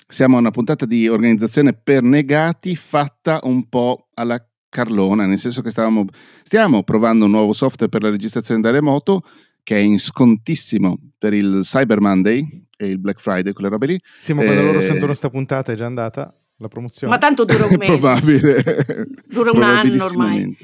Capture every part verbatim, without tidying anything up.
siamo a una puntata di organizzazione per negati fatta un po' alla Carlona, nel senso che stavamo, stiamo provando un nuovo software per la registrazione da remoto che è in scontissimo per il Cyber Monday e il Black Friday, quelle robe lì. Sì, ma quando eh... loro sentono sta puntata è già andata la promozione. Ma tanto dura un mese. Probabile. Dura un anno ormai.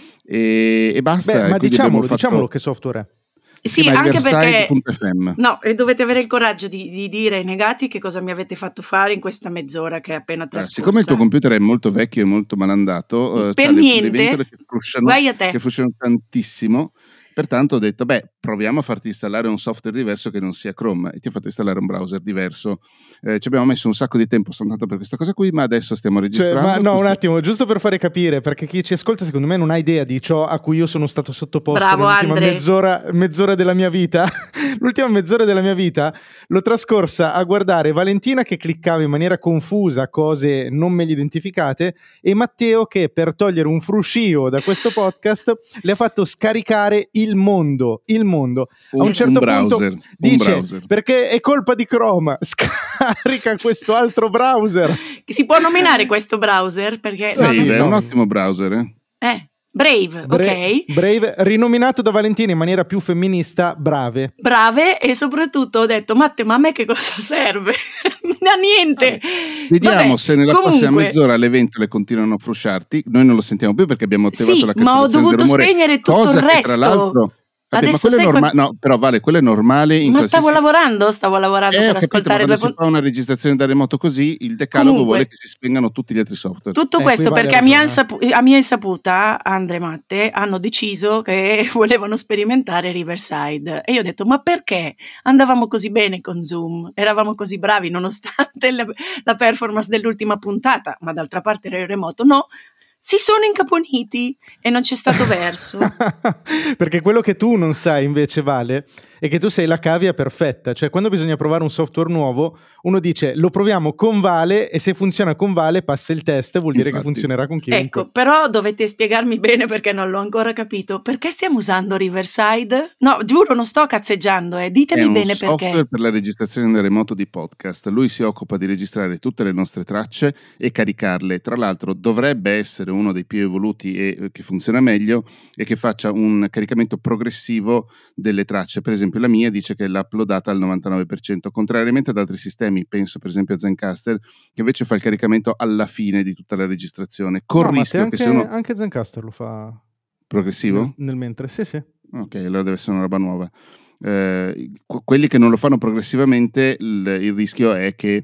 E, e basta. Beh, ma diciamolo, fatto... diciamolo che software è. Sì, sì, anche perché F M. no, e dovete avere il coraggio di, di dire ai negati che cosa mi avete fatto fare in questa mezz'ora che è appena trascorsa. Eh, siccome il tuo computer è molto vecchio e molto malandato, per c'ha niente, le, le ventole che frusciano, che frusciano tantissimo. Pertanto ho detto, beh, proviamo a farti installare un software diverso che non sia Chrome, e ti ho fatto installare un browser diverso. Eh, ci abbiamo messo un sacco di tempo soltanto per questa cosa qui, ma adesso stiamo registrando. Cioè, ma no, questo... un attimo, giusto per fare capire, perché chi ci ascolta secondo me non ha idea di ciò a cui io sono stato sottoposto. Bravo, nell'ultima Andre. mezz'ora, mezz'ora della mia vita. L'ultima mezz'ora della mia vita l'ho trascorsa a guardare Valentina che cliccava in maniera confusa cose non meglio identificate e Matteo che per togliere un fruscio da questo podcast le ha fatto scaricare il mondo. Il mondo un, a un certo un browser, punto dice browser. Perché è colpa di Chrome, scarica questo altro browser. Si può nominare questo browser perché sì, no, sì, so. è un ottimo browser eh, eh Brave, Bra- ok. Brave, rinominato da Valentina in maniera più femminista, Brave. Brave, e soprattutto ho detto, Matte, ma a me che cosa serve? A niente. Vediamo Vabbè, se nella comunque... prossima mezz'ora le ventole continuano a frusciarti. Noi non lo sentiamo più perché abbiamo attivato sì, la cancellazione ma ho dovuto del rumore, spegnere tutto il resto. Tra l'altro, vabbè, adesso ma quello è norma- qua... no, però vale, quello è normale in ma qualsiasi... stavo lavorando stavo lavorando eh, per capito, ascoltare ma due quando si fa una registrazione da remoto così il decalogo Comunque, vuole che si spengano tutti gli altri software. Tutto eh, questo vale perché a mia, ragione. insapu- a mia insaputa Andre e Matte hanno deciso che volevano sperimentare Riverside e io ho detto ma perché andavamo così bene con Zoom, eravamo così bravi nonostante la, la performance dell'ultima puntata, ma d'altra parte era il remoto, no, si sono incaponiti e non c'è stato verso. Perché quello che tu non sai invece, Vale, è che tu sei la cavia perfetta. Cioè quando bisogna provare un software nuovo uno dice lo proviamo con Vale e se funziona con Vale passa il test, vuol dire Infatti. Che funzionerà con chiunque. Ecco, però dovete spiegarmi bene perché non l'ho ancora capito. Perché stiamo usando Riverside? No, giuro, non sto cazzeggiando, eh. Ditemi bene perché. È un software per la registrazione da remoto di podcast. Lui si occupa di registrare tutte le nostre tracce e caricarle. Tra l'altro dovrebbe essere uno dei più evoluti e che funziona meglio e che faccia un caricamento progressivo delle tracce. Per esempio la mia dice che l'ha uploadata al novantanove per cento, contrariamente ad altri sistemi, penso per esempio a Zencastr, che invece fa il caricamento alla fine di tutta la registrazione, con no, rischio anche, che se uno... anche Zencastr lo fa progressivo? Nel, nel mentre, sì sì. Ok, allora deve essere una roba nuova. Eh, quelli che non lo fanno progressivamente, il, il rischio è che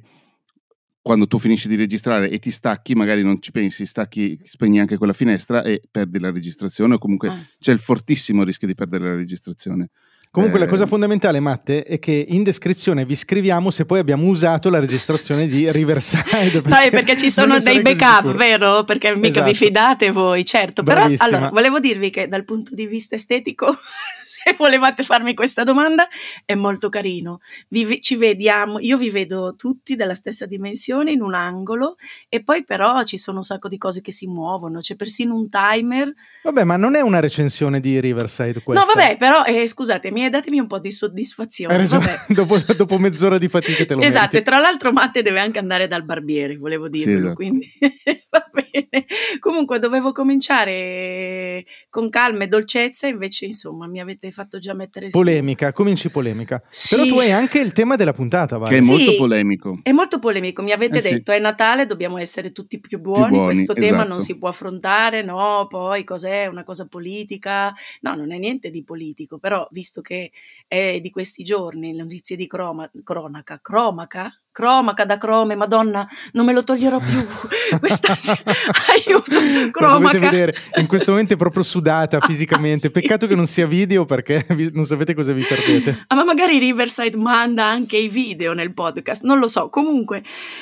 quando tu finisci di registrare e ti stacchi, magari non ci pensi, stacchi, spegni anche quella finestra e perdi la registrazione, o comunque ah. c'è il fortissimo rischio di perdere la registrazione. Comunque eh, la cosa fondamentale, Matte, è che in descrizione vi scriviamo se poi abbiamo usato la registrazione di Riverside. Perché no, perché ci sono dei backup, vero? Perché mica esatto. vi fidate voi, certo. Bravissima. Però allora, volevo dirvi che dal punto di vista estetico, se volevate farmi questa domanda, è molto carino. Vi, ci vediamo, io vi vedo tutti della stessa dimensione in un angolo e poi però ci sono un sacco di cose che si muovono, c'è persino un timer. Vabbè, ma non è una recensione di Riverside questa. No, vabbè, però eh, scusatemi, datemi un po' di soddisfazione. Vabbè. dopo, dopo mezz'ora di fatica te lo esatto, meriti. E tra l'altro Matte deve anche andare dal barbiere, volevo dirvelo, sì, esatto. Quindi va bene. Comunque dovevo cominciare con calma e dolcezza, invece insomma mi avete fatto già mettere su. Polemica, cominci polemica. Sì. Però tu hai anche il tema della puntata, Vale. Che è molto sì, polemico. È molto polemico, mi avete eh detto, sì. è Natale, dobbiamo essere tutti più buoni, più buoni questo esatto. tema non si può affrontare, no, poi cos'è, una cosa politica? No, non è niente di politico, però visto che è di questi giorni, le notizie di croma, cronaca, cromaca? Cromaca da crome, madonna, non me lo toglierò più. Questa aiuto, cromaca. Dovete vedere, in questo momento è proprio sudata fisicamente. Ah, sì. Peccato che non sia video perché non sapete cosa vi perdete. Ah, ma magari Riverside manda anche i video nel podcast, non lo so. Comunque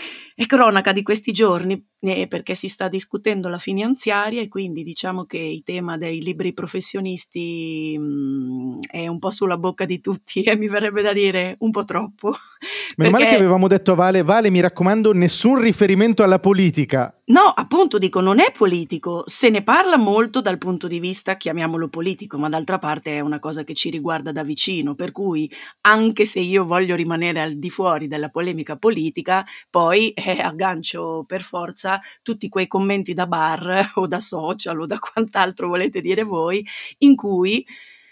è cronaca di questi giorni eh, perché si sta discutendo la finanziaria e quindi diciamo che il tema dei liberi professionisti mh, è un po' sulla bocca di tutti e mi verrebbe da dire un po' troppo. Meno perché... male che avevamo detto a Vale, Vale mi raccomando nessun riferimento alla politica. No, appunto dico, non è politico, se ne parla molto dal punto di vista, chiamiamolo politico, ma d'altra parte è una cosa che ci riguarda da vicino, per cui anche se io voglio rimanere al di fuori della polemica politica, poi eh, aggancio per forza tutti quei commenti da bar o da social o da quant'altro volete dire voi, in cui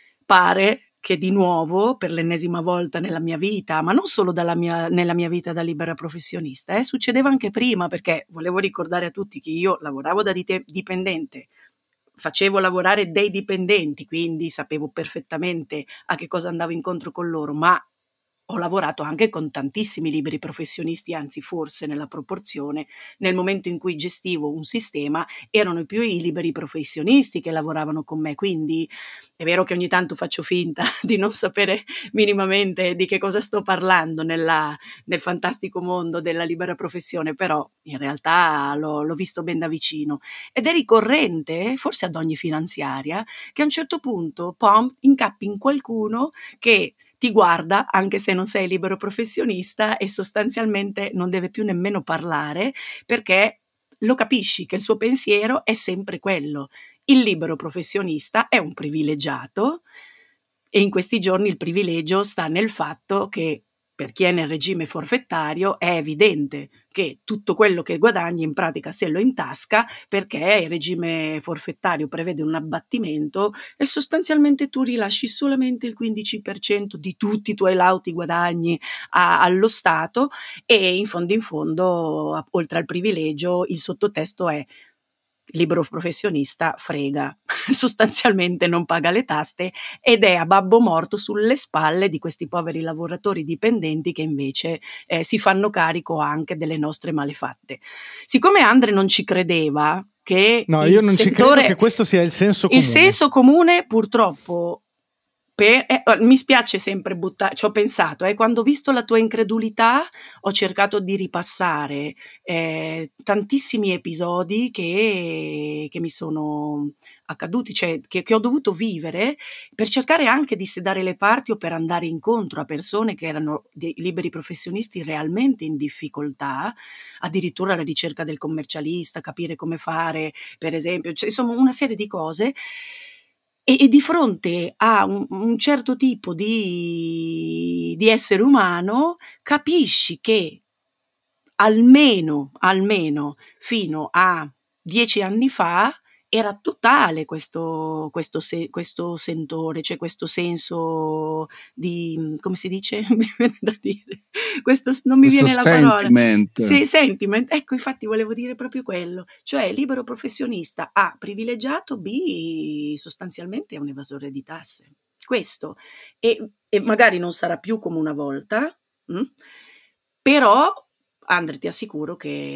pare che di nuovo, per l'ennesima volta nella mia vita, ma non solo dalla mia, nella mia vita da libera professionista, eh, succedeva anche prima, perché volevo ricordare a tutti che io lavoravo da dite- dipendente, facevo lavorare dei dipendenti, quindi sapevo perfettamente a che cosa andavo incontro con loro, ma ho lavorato anche con tantissimi liberi professionisti, anzi forse nella proporzione, nel momento in cui gestivo un sistema, erano più i liberi professionisti che lavoravano con me, quindi è vero che ogni tanto faccio finta di non sapere minimamente di che cosa sto parlando nella, nel fantastico mondo della libera professione, però in realtà l'ho, l'ho visto ben da vicino ed è ricorrente, forse ad ogni finanziaria, che a un certo punto pom, incappi in qualcuno che ti guarda anche se non sei libero professionista e sostanzialmente non deve più nemmeno parlare perché lo capisci che il suo pensiero è sempre quello. Il libero professionista è un privilegiato e in questi giorni il privilegio sta nel fatto che per chi è nel regime forfettario è evidente che tutto quello che guadagni in pratica se lo intasca perché il regime forfettario prevede un abbattimento e sostanzialmente tu rilasci solamente il quindici per cento di tutti i tuoi lauti guadagni a, allo Stato e in fondo in fondo, oltre al privilegio, il sottotesto è libero professionista frega, sostanzialmente non paga le tasse ed è a babbo morto sulle spalle di questi poveri lavoratori dipendenti che invece eh, si fanno carico anche delle nostre malefatte. Siccome Andre non ci credeva che no, il io non settore, ci credo che questo sia il senso comune. Il senso comune purtroppo Per, eh, mi spiace sempre buttare, ci ho pensato, eh, quando ho visto la tua incredulità ho cercato di ripassare eh, tantissimi episodi che, che mi sono accaduti, cioè che, che ho dovuto vivere per cercare anche di sedare le parti o per andare incontro a persone che erano dei liberi professionisti realmente in difficoltà, addirittura alla ricerca del commercialista, capire come fare, per esempio, cioè, insomma una serie di cose. E, e di fronte a un, un certo tipo di, di essere umano capisci che almeno, almeno fino a dieci anni fa era totale questo, questo, se, questo sentore, cioè questo senso di, come si dice? Mi viene da dire. Questo, non mi questo viene la sentiment. parola. Sì, sentiment. Ecco, infatti volevo dire proprio quello. Cioè libero professionista A, privilegiato, B, sostanzialmente è un evasore di tasse. Questo. E, e magari non sarà più come una volta, mh? Però Andre, ti assicuro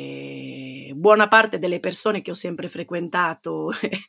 che buona parte delle persone che ho sempre frequentato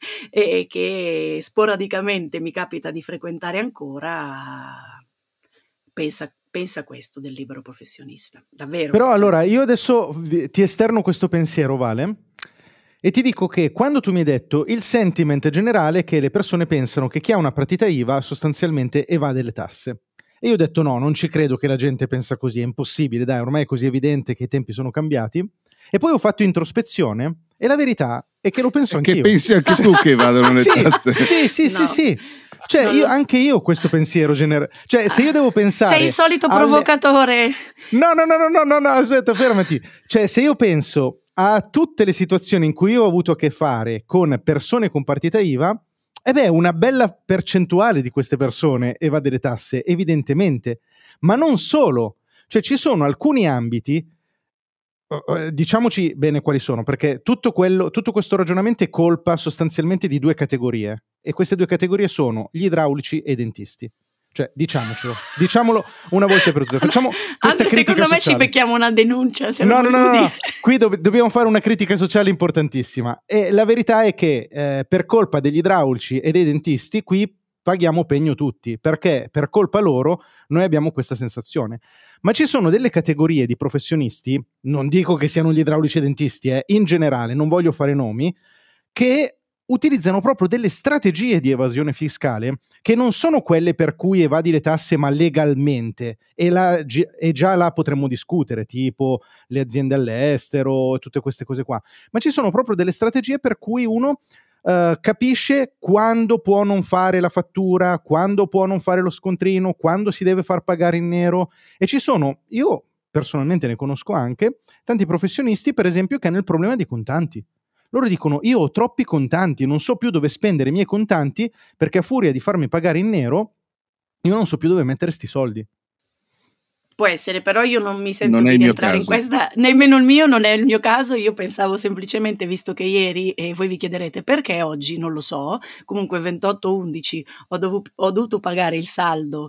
e che sporadicamente mi capita di frequentare ancora pensa, pensa questo del libero professionista, davvero. Però cioè. Allora io adesso ti esterno questo pensiero, Vale, e ti dico che quando tu mi hai detto il sentiment generale è che le persone pensano che chi ha una partita I V A sostanzialmente evade le tasse. E io ho detto no, non ci credo che la gente pensa così, è impossibile, dai, ormai è così evidente che i tempi sono cambiati. E poi ho fatto introspezione e la verità è che lo penso anch'io. Che pensi anche tu che vadano le sì, tasse? Sì, sì, no. sì, sì. Cioè, io, anche io ho questo pensiero generale. Cioè, se io devo pensare... Sei il solito alle... provocatore. No, no, no, no, no, no, no, aspetta, fermati. Cioè, se io penso a tutte le situazioni in cui io ho avuto a che fare con persone con partita I V A, e beh, una bella percentuale di queste persone evade le tasse, evidentemente. Ma non solo. Cioè, ci sono alcuni ambiti, diciamoci bene quali sono, perché tutto, quello, tutto questo ragionamento è colpa sostanzialmente di due categorie, e queste due categorie sono gli idraulici e i dentisti. Cioè, diciamocelo, diciamolo una volta per tutte. Facciamo questa Anche critica secondo me sociale. ci becchiamo una denuncia. No, no, no, no, no. Qui do- dobbiamo fare una critica sociale importantissima. E la verità è che eh, per colpa degli idraulici e dei dentisti qui paghiamo pegno tutti, perché per colpa loro noi abbiamo questa sensazione. Ma ci sono delle categorie di professionisti, non dico che siano gli idraulici e dentisti, eh, in generale, non voglio fare nomi, che utilizzano proprio delle strategie di evasione fiscale che non sono quelle per cui evadi le tasse ma legalmente, e, la, e già là potremmo discutere, tipo le aziende all'estero e tutte queste cose qua, ma ci sono proprio delle strategie per cui uno uh, capisce quando può non fare la fattura, quando può non fare lo scontrino, quando si deve far pagare in nero, e ci sono, io personalmente ne conosco anche, tanti professionisti per esempio che hanno il problema dei contanti. Loro dicono: io ho troppi contanti, non so più dove spendere i miei contanti, perché a furia di farmi pagare in nero io non so più dove mettere sti soldi. Può essere, però io non mi sento Non è di il mio entrare in caso. questa, nemmeno il mio, non è il mio caso. Io pensavo semplicemente, visto che ieri, e voi vi chiederete perché oggi, non lo so, comunque ventotto undici ho, dovu- ho dovuto pagare il saldo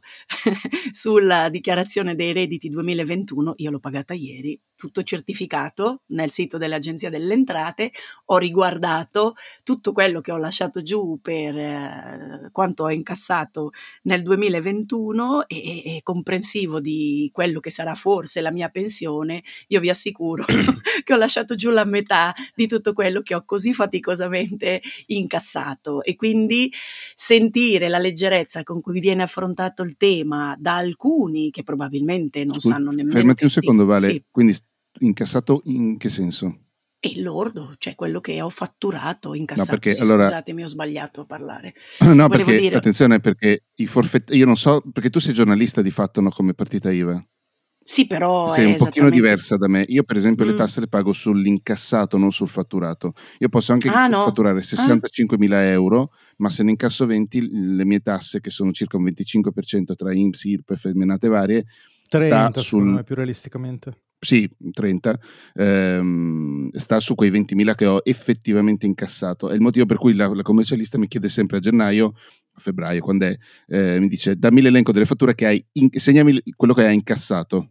sulla dichiarazione dei redditi duemilaventuno, io l'ho pagata ieri, tutto certificato nel sito dell'Agenzia delle Entrate, ho riguardato tutto quello che ho lasciato giù per eh, quanto ho incassato nel duemilaventuno e, e comprensivo di quello che sarà forse la mia pensione, io vi assicuro che ho lasciato giù la metà di tutto quello che ho così faticosamente incassato, e quindi sentire la leggerezza con cui viene affrontato il tema da alcuni che probabilmente non Scusi, sanno nemmeno fermati che un secondo, di, Vale, sì. Quindi incassato in che senso? E lordo, cioè quello che ho fatturato, incassato. No, perché sì, allora... scusatemi, ho sbagliato a parlare. No, Volevo perché, dire... attenzione, perché i forfetti, io non so, perché tu sei giornalista di fatto, no, come partita I V A. Sì, però Sei è un pochino esattamente... diversa da me. Io, per esempio, Mm. le tasse le pago sull'incassato, non sul fatturato. Io posso anche Ah, no. fatturare Ah. sessantacinquemila euro, ma se ne incasso venti, le mie tasse, che sono circa un venticinque per cento tra I N P S, I R P E F e menate varie, trenta sta sul... secondo me, più realisticamente. Sì, trenta, ehm, sta su quei ventimila che ho effettivamente incassato. È il motivo per cui la, la commercialista mi chiede sempre a gennaio, a febbraio, quando è, eh, mi dice: dammi l'elenco delle fatture che hai, in, segnami quello che hai incassato.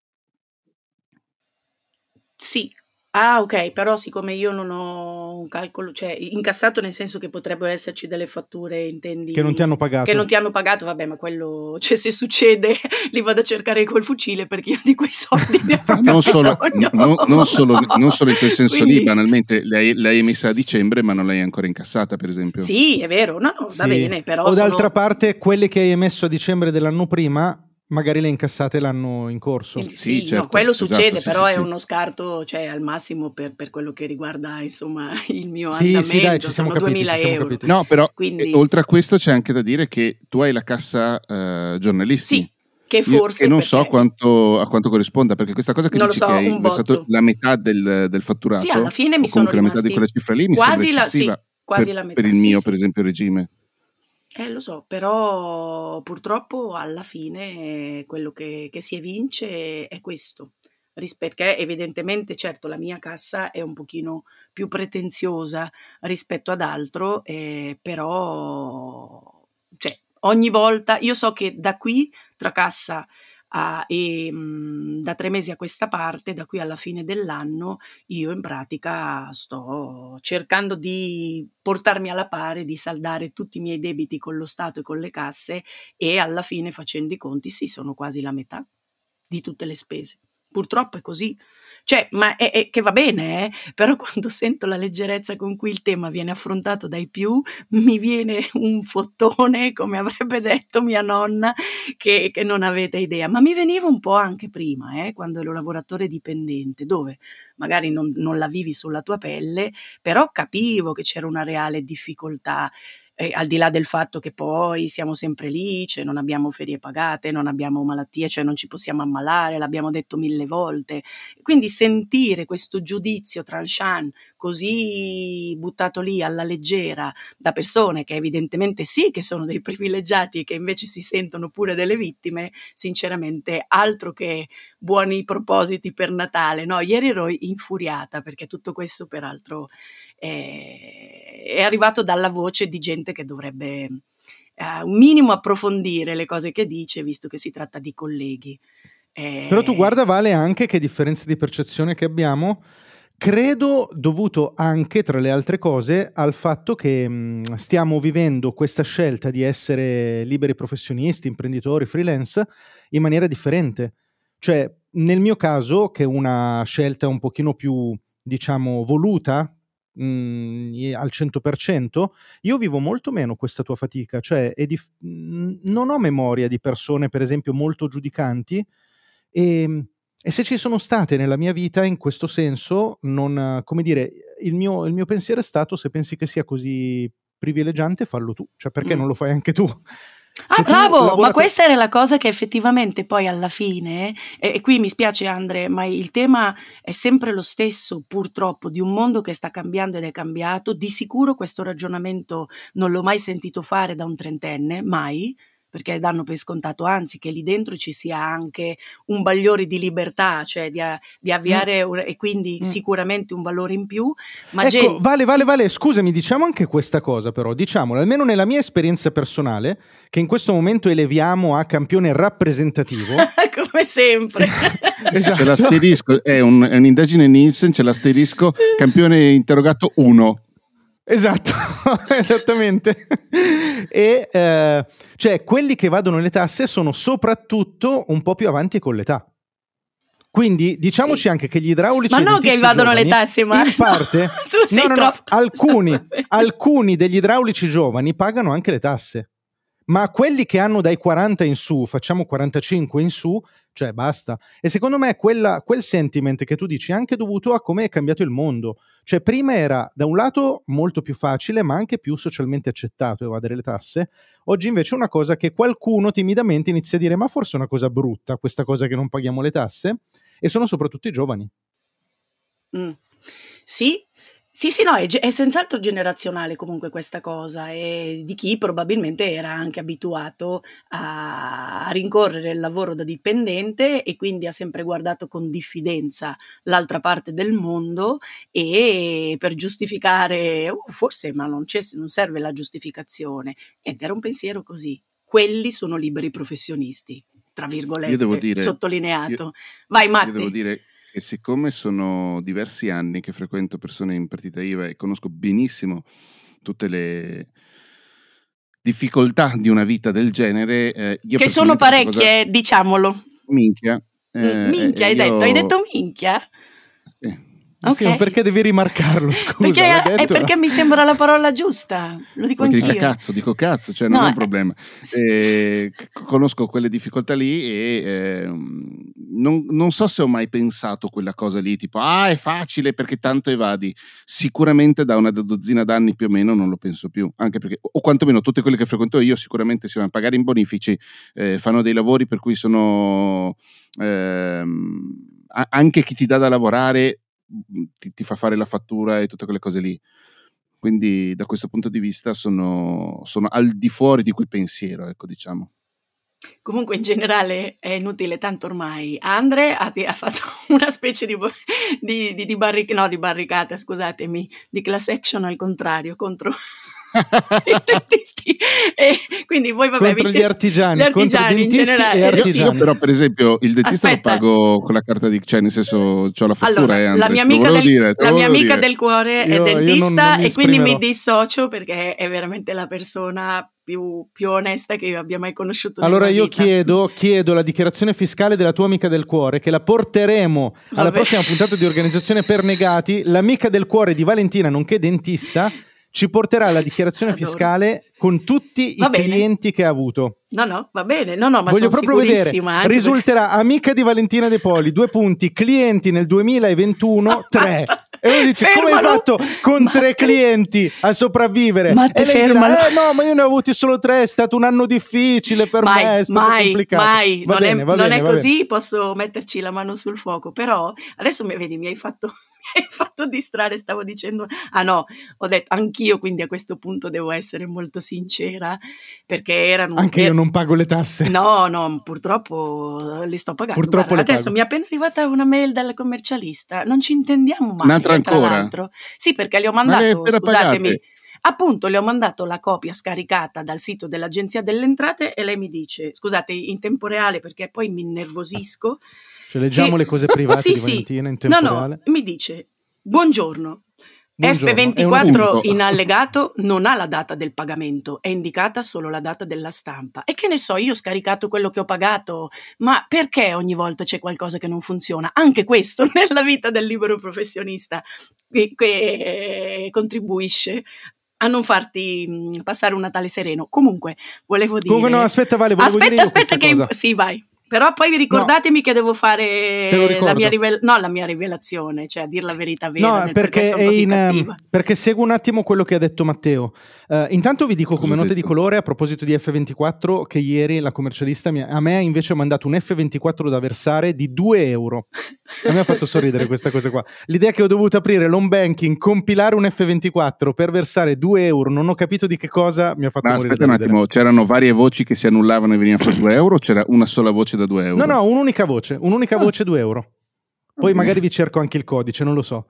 Sì. Ah, ok, però siccome io non ho un calcolo, cioè incassato nel senso che potrebbero esserci delle fatture, intendi, che non ti hanno pagato, che non ti hanno pagato, vabbè, ma quello, cioè se succede li vado a cercare col fucile, perché io di quei soldi ne ho proprio non, solo, bisogno. no, non, solo, non solo in quel senso Quindi... lì, banalmente l'hai, l'hai emessa a dicembre ma non l'hai ancora incassata, per esempio. Sì, è vero, no, no, va sì. bene, però o sono... d'altra parte quelle che hai emesso a dicembre dell'anno prima magari le incassate l'anno in corso. Il, sì, sì, certo, no, quello succede, esatto, sì, però sì, è sì. uno scarto, cioè al massimo per, per quello che riguarda insomma il mio sì, andamento, sì, dai, ci siamo sono capiti, duemila ci siamo euro. capiti. No, però Quindi... eh, oltre a questo c'è anche da dire che tu hai la cassa eh, giornalisti. Sì, che forse Io, che non perché... so quanto, a quanto corrisponda, perché questa cosa che non dici lo so, che hai un versato botto. la metà del, del fatturato, Sì, alla fine mi o sono comunque la metà di quella rimasti cifra lì, mi sembra quasi la, eccessiva sì, quasi per, la metà. per il sì, mio, sì. per esempio, regime. Eh, lo so, però purtroppo alla fine quello che, che si evince è questo, perché evidentemente, certo, la mia cassa è un pochino più pretenziosa rispetto ad altro, eh, però cioè, ogni volta, io so che da qui, tra cassa a, e mh, da tre mesi a questa parte, da qui alla fine dell'anno, io in pratica sto cercando di portarmi alla pari, di saldare tutti i miei debiti con lo Stato e con le casse, e alla fine, facendo i conti, sì, sono quasi la metà di tutte le spese. Purtroppo è così. Cioè, ma è, è che va bene, eh? Però quando sento la leggerezza con cui il tema viene affrontato dai più, mi viene un fottone, come avrebbe detto mia nonna, che, che non avete idea. Ma mi veniva un po' anche prima, eh? Quando ero lavoratore dipendente, dove magari non, non la vivi sulla tua pelle, però capivo che c'era una reale difficoltà. Eh, al di là del fatto che poi siamo sempre lì, cioè non abbiamo ferie pagate, non abbiamo malattie, cioè non ci possiamo ammalare, l'abbiamo detto mille volte. Quindi sentire questo giudizio tranchant così buttato lì alla leggera da persone che evidentemente sì che sono dei privilegiati e che invece si sentono pure delle vittime, sinceramente altro che buoni propositi per Natale. No, ieri ero infuriata perché tutto questo peraltro è, è arrivato dalla voce di gente che dovrebbe uh, un minimo approfondire le cose che dice, visto che si tratta di colleghi. Eh... Però tu guarda, Vale, anche che differenza di percezione che abbiamo, credo dovuto anche, tra le altre cose, al fatto che mh, stiamo vivendo questa scelta di essere liberi professionisti, imprenditori, freelance, in maniera differente. Cioè, nel mio caso, che è una scelta un pochino più, diciamo, voluta, mh, al cento per cento, io vivo molto meno questa tua fatica, cioè è dif- mh, non ho memoria di persone per esempio molto giudicanti e, e se ci sono state nella mia vita in questo senso, non, come dire, il mio, il mio pensiero è stato: se pensi che sia così privilegiante, fallo tu, cioè perché mm. non lo fai anche tu? Ah, bravo, ma questa era la cosa che effettivamente poi alla fine, e, e qui mi spiace Andre, ma il tema è sempre lo stesso, purtroppo, di un mondo che sta cambiando ed è cambiato. Di sicuro questo ragionamento non l'ho mai sentito fare da un trentenne, mai, perché danno per scontato, anzi, che lì dentro ci sia anche un bagliore di libertà, cioè di, di avviare, mm. un, e quindi mm. sicuramente un valore in più. Ma ecco, gente, vale, vale, sì. vale, scusami, diciamo anche questa cosa però, diciamolo, almeno nella mia esperienza personale, che in questo momento eleviamo a campione rappresentativo. Come sempre. Esatto. C'è l'asterisco, è, un, è un'indagine Nielsen, c'è l'asterisco, campione interrogato uno. Esatto, esattamente. E eh, cioè quelli che vadono le tasse sono soprattutto un po' più avanti con l'età. Quindi diciamoci sì. anche che gli idraulici, ma non che vadono giovani, le tasse, ma in parte, no, tu sei no, no, troppo... no, alcuni, alcuni degli idraulici giovani pagano anche le tasse. Ma quelli che hanno dai quaranta in su, facciamo quarantacinque in su, cioè basta. E secondo me quella, quel sentiment che tu dici è anche dovuto a come è cambiato il mondo. Cioè prima era da un lato molto più facile ma anche più socialmente accettato evadere le tasse. Oggi invece è una cosa che qualcuno timidamente inizia a dire: ma forse è una cosa brutta questa cosa che non paghiamo le tasse, e sono soprattutto i giovani. Mm. Sì. Sì, sì, no, è, è senz'altro generazionale comunque questa cosa, e di chi probabilmente era anche abituato a, a rincorrere il lavoro da dipendente e quindi ha sempre guardato con diffidenza l'altra parte del mondo, e per giustificare, uh, forse, ma non, c'è, non serve la giustificazione, ed era un pensiero così. Quelli sono liberi professionisti, tra virgolette, io devo dire, sottolineato. Io, Vai Matti. Io devo dire e siccome sono diversi anni che frequento persone in partita I V A e conosco benissimo tutte le difficoltà di una vita del genere, eh, io che sono parecchie, cosa... diciamolo. Minchia. Eh, minchia, hai io... detto? Hai detto minchia? Eh. Okay. Sì, ma perché devi rimarcarlo, scusa? Perché, detto... è perché mi sembra la parola giusta, lo dico perché anch'io. Dico cazzo, dico cazzo, cioè non no, è un problema. Eh, conosco quelle difficoltà lì e eh, non, non so se ho mai pensato quella cosa lì, tipo ah è facile perché tanto evadi. Sicuramente da una dozzina d'anni più o meno non lo penso più, anche perché, o quantomeno tutte quelle che frequento io sicuramente si vanno a pagare in bonifici, eh, fanno dei lavori per cui sono eh, anche chi ti dà da lavorare Ti, ti fa fare la fattura e tutte quelle cose lì, quindi da questo punto di vista sono, sono al di fuori di quel pensiero, ecco, diciamo. Comunque in generale è inutile, tanto ormai Andre ha, ha fatto una specie di, di, di, di, barric- no, di barricata, scusatemi, di class action al contrario contro i dentisti, e quindi voi vabbè contro vi gli artigiani, gli artigiani contro in generale e artigiani. Io però per esempio il dentista Aspetta. lo pago con la carta di, cioè nel senso c'ho la fattura, allora, eh, la mia amica, del, dire, la mia amica del cuore io, è dentista non, non e quindi mi dissocio perché è veramente la persona più, più onesta che io abbia mai conosciuto allora nella io vita. chiedo chiedo la dichiarazione fiscale della tua amica del cuore, che la porteremo alla Vabbè. prossima puntata di Organizzazione per Negati. L'amica del cuore di Valentina, nonché dentista, ci porterà la dichiarazione Adoro. fiscale con tutti va i bene. clienti che ha avuto. No, no, va bene, no, no, ma voglio sono proprio vedere. Risulterà perché... amica di Valentina De Poli, due punti, clienti nel duemilaventuno, tre. E uno dice: fermalo. come hai fatto con Matte. tre clienti a sopravvivere? Matte, e lei fermalo. dirà: eh no, ma io ne ho avuti solo tre, è stato un anno difficile per mai, me, è stato mai, complicato. Mai, va non bene, è, va non bene, è va così, bene. posso metterci la mano sul fuoco, però adesso mi vedi, mi hai fatto... mi hai fatto distrarre, stavo dicendo, ah no, ho detto anch'io, quindi a questo punto devo essere molto sincera, perché erano... Anche er- io non pago le tasse. No, no, purtroppo le sto pagando. Purtroppo Guarda, le adesso pago. mi è appena arrivata una mail dal commercialista, non ci intendiamo mai. Un'altra eh, tra ancora? l'altro. Sì, perché le ho Ma le hai mandato, appena scusatemi, pagate? appunto le ho mandato la copia scaricata dal sito dell'Agenzia delle Entrate e lei mi dice, scusate, in tempo reale perché poi mi innervosisco. Cioè, leggiamo che... le cose private sì, di sì. Valentina in tempo no, reale. No, mi dice, buongiorno. Buongiorno. F ventiquattro È un- in allegato non ha la data del pagamento, è indicata solo la data della stampa. E che ne so, io ho scaricato quello che ho pagato, ma perché ogni volta c'è qualcosa che non funziona? Anche questo nella vita del libero professionista che, che contribuisce a non farti mh, passare un Natale sereno. Comunque, volevo dire... Comunque no, aspetta Vale, volevo aspetta, dire io aspetta questa che... cosa. Sì, vai. Però poi vi ricordatemi che devo fare Te lo la ricordo. mia, rivel- no, la mia rivelazione, cioè a dir la verità vera No, del perché, perché sono è così in, cattiva. perché seguo un attimo quello che ha detto Matteo. Uh, intanto vi dico Cosa come ho nota detto? di colore a proposito di F ventiquattro che ieri la commercialista mi, a me invece ha mandato un F ventiquattro da versare di due euro. A me ha fatto sorridere questa cosa qua. L'idea che ho dovuto aprire l'home banking, compilare un F ventiquattro per versare due euro, non ho capito di che cosa, mi ha fatto Ma morire aspetta da un ridere. attimo, c'erano varie voci che si annullavano e venivano fuori due euro o c'era una sola voce da due euro? No, no, un'unica voce, un'unica Ah. voce due euro. Poi Ok. magari vi cerco anche il codice, non lo so.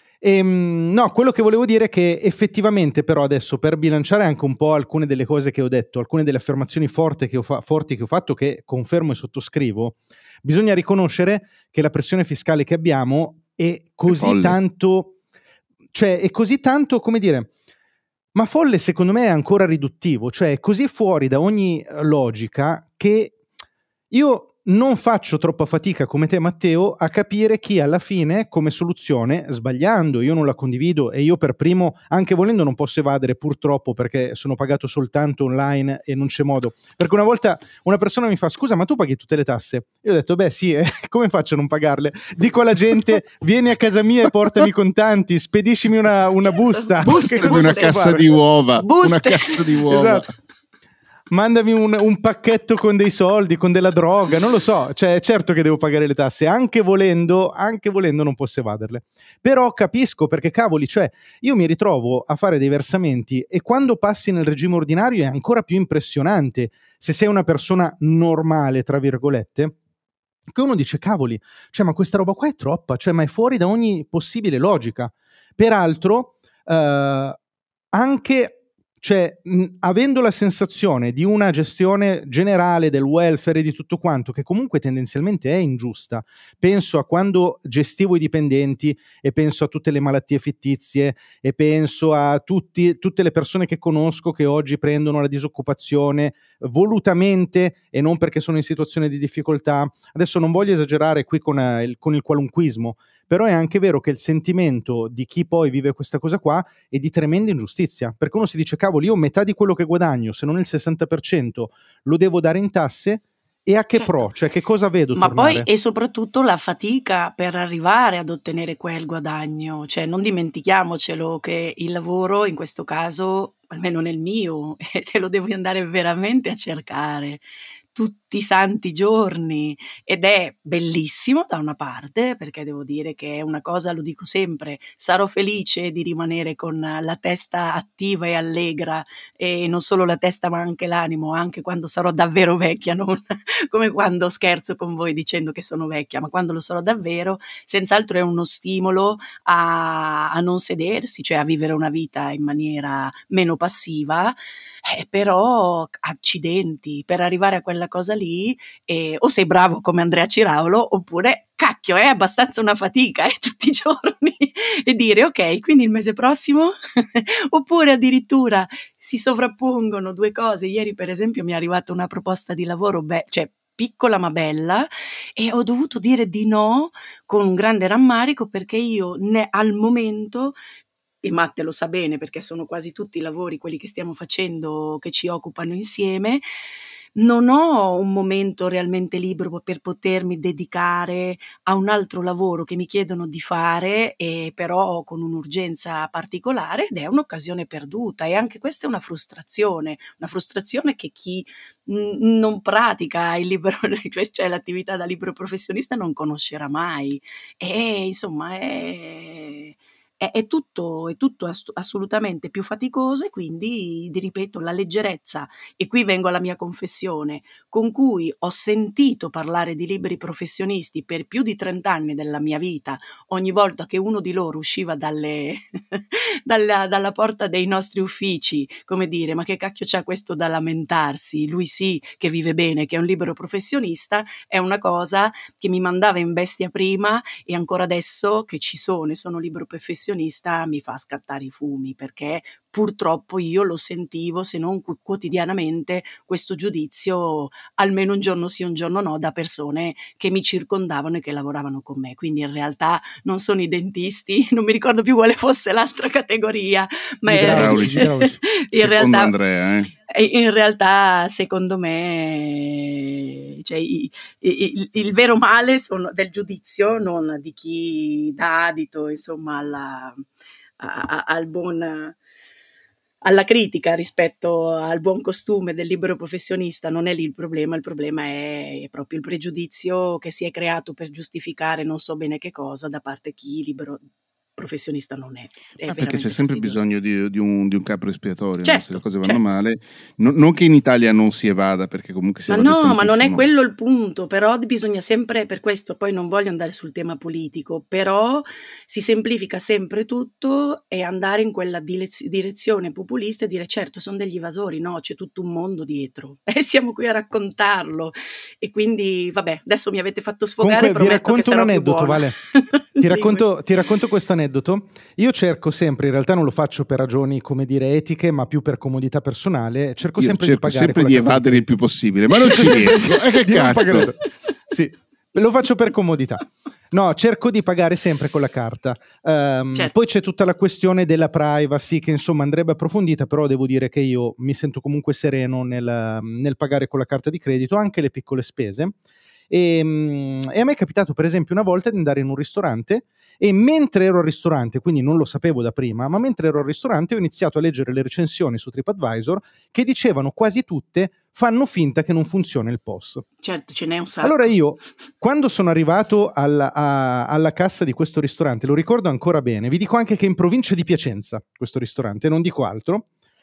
Ehm, no, quello che volevo dire è che effettivamente però adesso per bilanciare anche un po' alcune delle cose che ho detto, alcune delle affermazioni forti che ho, fa- forti che ho fatto, che confermo e sottoscrivo, bisogna riconoscere che la pressione fiscale che abbiamo è così folle. tanto, cioè è così tanto, come dire, ma folle secondo me è ancora riduttivo, cioè è così fuori da ogni eh, logica che io non faccio troppa fatica come te Matteo a capire chi alla fine come soluzione, sbagliando, io non la condivido e io per primo, anche volendo non posso evadere purtroppo perché sono pagato soltanto online e non c'è modo, perché una volta una persona mi fa scusa ma tu paghi tutte le tasse? Io ho detto beh sì, eh, come faccio a non pagarle? Dico alla gente vieni a casa mia e portami i contanti, spediscimi una, una busta, Buste, che Serve cosa una buste. posso cassa fare? di uova. Buste. Una cassa di uova. Esatto. Mandami un, un pacchetto con dei soldi, con della droga, non lo so, cioè certo che devo pagare le tasse, anche volendo, anche volendo non posso evaderle, però capisco perché cavoli, cioè io mi ritrovo a fare dei versamenti e quando passi nel regime ordinario è ancora più impressionante se sei una persona normale, tra virgolette, che uno dice cavoli, cioè ma questa roba qua è troppa, cioè ma è fuori da ogni possibile logica. Peraltro eh, anche cioè mh, avendo la sensazione di una gestione generale del welfare e di tutto quanto che comunque tendenzialmente è ingiusta, penso a quando gestivo i dipendenti e penso a tutte le malattie fittizie e penso a tutti, tutte le persone che conosco che oggi prendono la disoccupazione volutamente e non perché sono in situazione di difficoltà. Adesso non voglio esagerare qui con, eh, il, con il qualunquismo, però è anche vero che il sentimento di chi poi vive questa cosa qua è di tremenda ingiustizia, perché uno si dice cavoli io metà di quello che guadagno, se non il sessanta per cento lo devo dare in tasse e a che Certo. pro, cioè che cosa vedo Ma tornare? poi e soprattutto la fatica per arrivare ad ottenere quel guadagno, cioè non dimentichiamocelo che il lavoro in questo caso, almeno nel mio, te lo devi andare veramente a cercare tutti i santi giorni ed è bellissimo da una parte perché devo dire che è una cosa, lo dico sempre, sarò felice di rimanere con la testa attiva e allegra e non solo la testa ma anche l'animo, anche quando sarò davvero vecchia, non come quando scherzo con voi dicendo che sono vecchia, ma quando lo sarò davvero, senz'altro è uno stimolo a, a non sedersi, cioè a vivere una vita in maniera meno passiva, eh, però accidenti, per arrivare a quella cosa lì, eh, o sei bravo come Andrea Ciraulo, oppure cacchio, è abbastanza una fatica eh, tutti i giorni e dire ok, quindi il mese prossimo, oppure addirittura si sovrappongono due cose. Ieri per esempio mi è arrivata una proposta di lavoro, beh, cioè piccola ma bella, e ho dovuto dire di no con un grande rammarico perché io ne, al momento, e Matte lo sa bene perché sono quasi tutti i lavori quelli che stiamo facendo che ci occupano insieme, non ho un momento realmente libero per potermi dedicare a un altro lavoro che mi chiedono di fare, e però con un'urgenza particolare, ed è un'occasione perduta e anche questa è una frustrazione, una frustrazione che chi mh, non pratica il libero, cioè l'attività da libero professionista non conoscerà mai e insomma è... È, è tutto, è tutto ass- assolutamente più faticoso e quindi, ti ripeto, la leggerezza, e qui vengo alla mia confessione, con cui ho sentito parlare di liberi professionisti per più di trenta anni della mia vita, ogni volta che uno di loro usciva dalle dalla, dalla porta dei nostri uffici, come dire, ma che cacchio c'ha questo da lamentarsi, lui sì che vive bene, che è un libero professionista, è una cosa che mi mandava in bestia prima, e ancora adesso che ci sono e sono libero professionista professionista mi fa scattare i fumi, perché purtroppo io lo sentivo, se non quotidianamente, questo giudizio almeno un giorno sì un giorno no da persone che mi circondavano e che lavoravano con me. Quindi in realtà non sono i dentisti, non mi ricordo più quale fosse l'altra categoria, ma idraulici, era, idraulici. in realtà Andrea, eh. in realtà secondo me, cioè, il, il, il vero male sono del giudizio, non di chi dà adito insomma alla, a, a, al buon alla critica rispetto al buon costume del libero professionista. Non è lì il problema, il problema è proprio il pregiudizio che si è creato per giustificare non so bene che cosa da parte chi libero professionista non è. È ah, perché c'è fastidioso. sempre bisogno di, di, un, di un capo espiatorio, certo, no? Se le cose vanno certo. male, no, non che in Italia non si evada, perché comunque si ma evade no, tantissimo. ma non è quello il punto, però bisogna sempre, per questo poi non voglio andare sul tema politico, però si semplifica sempre tutto e andare in quella direz- direzione populista e dire certo sono degli evasori, no, c'è tutto un mondo dietro e siamo qui a raccontarlo e quindi vabbè, adesso mi avete fatto sfogare. Comunque vi racconto un aneddoto, Vale. Ti racconto, ti racconto questo aneddoto. Io cerco sempre, in realtà non lo faccio per ragioni come dire etiche, ma più per comodità personale, cerco Io sempre cerco di pagare sempre di evadere il più possibile, ma non ci riesco. Eh, che cazzo? Sì, lo faccio per comodità. No, cerco di pagare sempre con la carta. Um, certo. Poi c'è tutta la questione della privacy che insomma andrebbe approfondita, però devo dire che io mi sento comunque sereno nel, nel pagare con la carta di credito anche le piccole spese. E, e a me è capitato per esempio una volta di andare in un ristorante e mentre ero al ristorante, quindi non lo sapevo da prima, ma mentre ero al ristorante ho iniziato a leggere le recensioni su TripAdvisor che dicevano quasi tutte fanno finta che non funziona il P O S. Certo, ce n'è un sacco. Allora io, quando sono arrivato alla, a, alla cassa di questo ristorante, lo ricordo ancora bene, vi dico anche che è in provincia di Piacenza questo ristorante, non dico altro,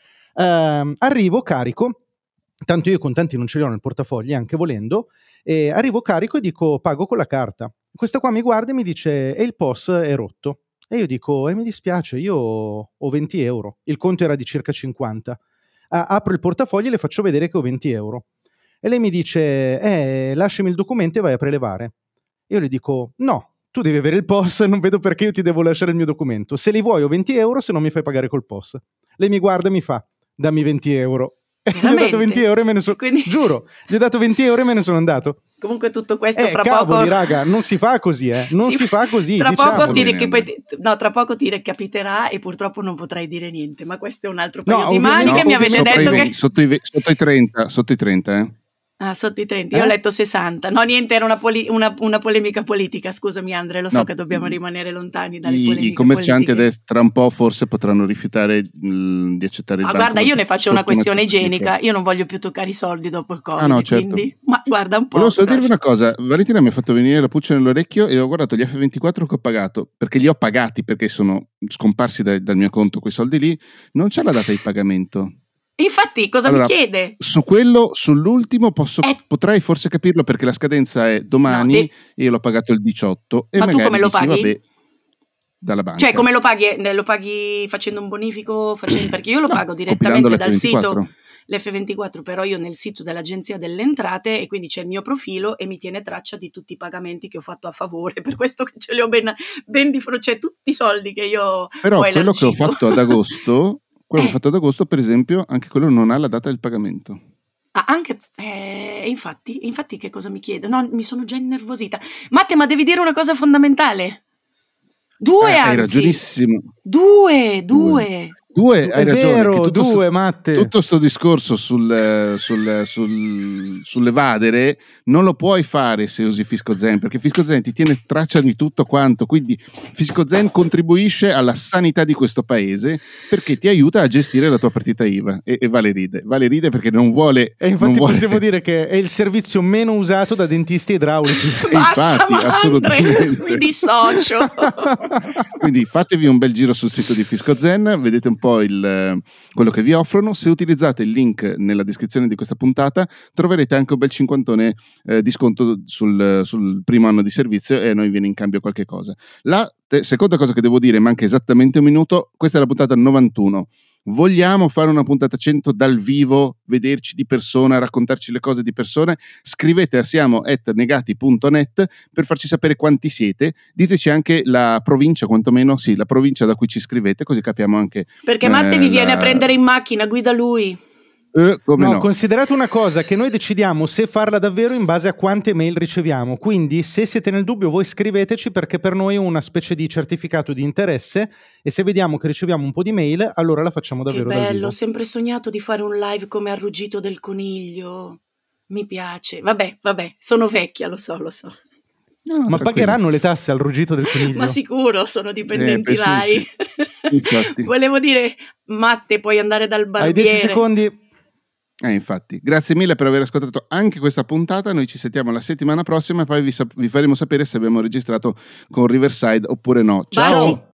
uh, arrivo carico, tanto io i contanti non ce li ho nel portafogli, anche volendo, e arrivo carico e dico pago con la carta. Questa qua mi guarda e mi dice e il P O S è rotto. E io dico e eh, mi dispiace, io ho venti euro, il conto era di circa cinquanta. Ah, apro il portafoglio e le faccio vedere che ho venti euro. E lei mi dice eh, lasciami il documento e vai a prelevare. Io le dico no, tu devi avere il P O S, non vedo perché io ti devo lasciare il mio documento. Se li vuoi ho venti euro, se non mi fai pagare col P O S. Lei mi guarda e mi fa dammi venti euro. Gli ho dato venti euro e me ne sono Quindi... giuro, gli ho dato venti euro e me ne sono andato. Comunque tutto questo eh, fra cavoli, poco raga, non si fa così, eh. Non si, si fa così. Tra diciamo. poco ti recap- no, tra poco ti recapiterà e purtroppo non potrai dire niente, ma questo è un altro paio no, di mani no, che mi avete detto i, che sotto i, sotto i trenta, sotto i trenta, eh. Ah, sotto i trenta, io eh? ho letto sessanta. No, niente, era una, poli- una, una polemica politica. Scusami, Andre, lo so no, che dobbiamo rimanere lontani dalle i, polemiche I commercianti politiche. adesso, tra un po' forse potranno rifiutare mh, di accettare il ma banco. Guarda, io ne faccio una questione una igienica. Io non voglio più toccare i soldi dopo il Covid. Ah, no, certo. Quindi, ma guarda un po'. Volevo solo dirvi una cosa. Valentina mi ha fatto venire la pulce nell'orecchio e ho guardato gli F ventiquattro che ho pagato, perché li ho pagati perché sono scomparsi da, dal mio conto quei soldi lì. Non c'è la data di pagamento. Infatti, cosa allora, mi chiede? Su quello, sull'ultimo posso, eh, potrei forse capirlo perché la scadenza è domani no, de- e io l'ho pagato il diciotto. E ma tu come lo dici, paghi? Vabbè, dalla banca. Cioè, come lo paghi? Lo paghi facendo un bonifico? Facendo, perché io lo no, pago direttamente dal l'F ventiquattro. Sito l'F ventiquattro, però io nel sito dell'Agenzia delle Entrate e quindi c'è il mio profilo e mi tiene traccia di tutti i pagamenti che ho fatto a favore, per questo che ce li ho ben, ben di fronte, cioè tutti i soldi che io però ho quello che ho fatto ad agosto quello eh. che ho fatto ad agosto per esempio anche quello non ha la data del pagamento. Ah, anche eh, infatti infatti che cosa mi chiede? No, mi sono già innervosita. Matte, ma devi dire una cosa fondamentale. Due eh, anzi hai ragionissimo. due due, due. Due, hai è ragione. Vero, tutto due, sto, Matte. Tutto sto discorso sul, sul, sul, sull'evadere non lo puoi fare se usi Fisco Zen, perché Fisco Zen ti tiene traccia di tutto quanto, quindi Fisco Zen contribuisce alla sanità di questo paese perché ti aiuta a gestire la tua partita I V A e, e Vale ride. Vale ride perché non vuole... E infatti non vuole... possiamo dire che è il servizio meno usato da dentisti idraulici. Basta, infatti, ma assolutamente. Andre, mi dissocio. Quindi fatevi un bel giro sul sito di Fisco Zen, vedete un po' il, quello che vi offrono. Se utilizzate il link nella descrizione di questa puntata troverete anche un bel cinquantone eh, di sconto sul, sul primo anno di servizio e a noi viene in cambio qualche cosa. La te- seconda cosa che devo dire, manca esattamente un minuto, questa è la puntata novantuno. vogliamo fare una puntata cento dal vivo, vederci di persona, raccontarci le cose di persona, scrivete a siamo at negati punto net per farci sapere quanti siete, diteci anche la provincia, quantomeno sì, la provincia da cui ci scrivete, così capiamo anche perché Matte eh, vi viene la... a prendere in macchina, guida lui. Eh, come no, no, considerate una cosa, che noi decidiamo se farla davvero in base a quante mail riceviamo, quindi se siete nel dubbio voi scriveteci, perché per noi è una specie di certificato di interesse e se vediamo che riceviamo un po' di mail allora la facciamo davvero che dal bello, vivo. ho sempre sognato di fare un live come al ruggito del coniglio, mi piace, vabbè, vabbè, sono vecchia, lo so, lo so. No, no, ma tranquillo. Pagheranno le tasse al ruggito del coniglio? Ma sicuro, sono dipendenti Eh, Rai. Sì, sì. Volevo dire, Matte, puoi andare dal barbiere. Hai dieci secondi? Eh, infatti, grazie mille per aver ascoltato anche questa puntata. Noi ci sentiamo la settimana prossima e poi vi, sap- vi faremo sapere se abbiamo registrato con Riverside oppure no. Ciao! Baci.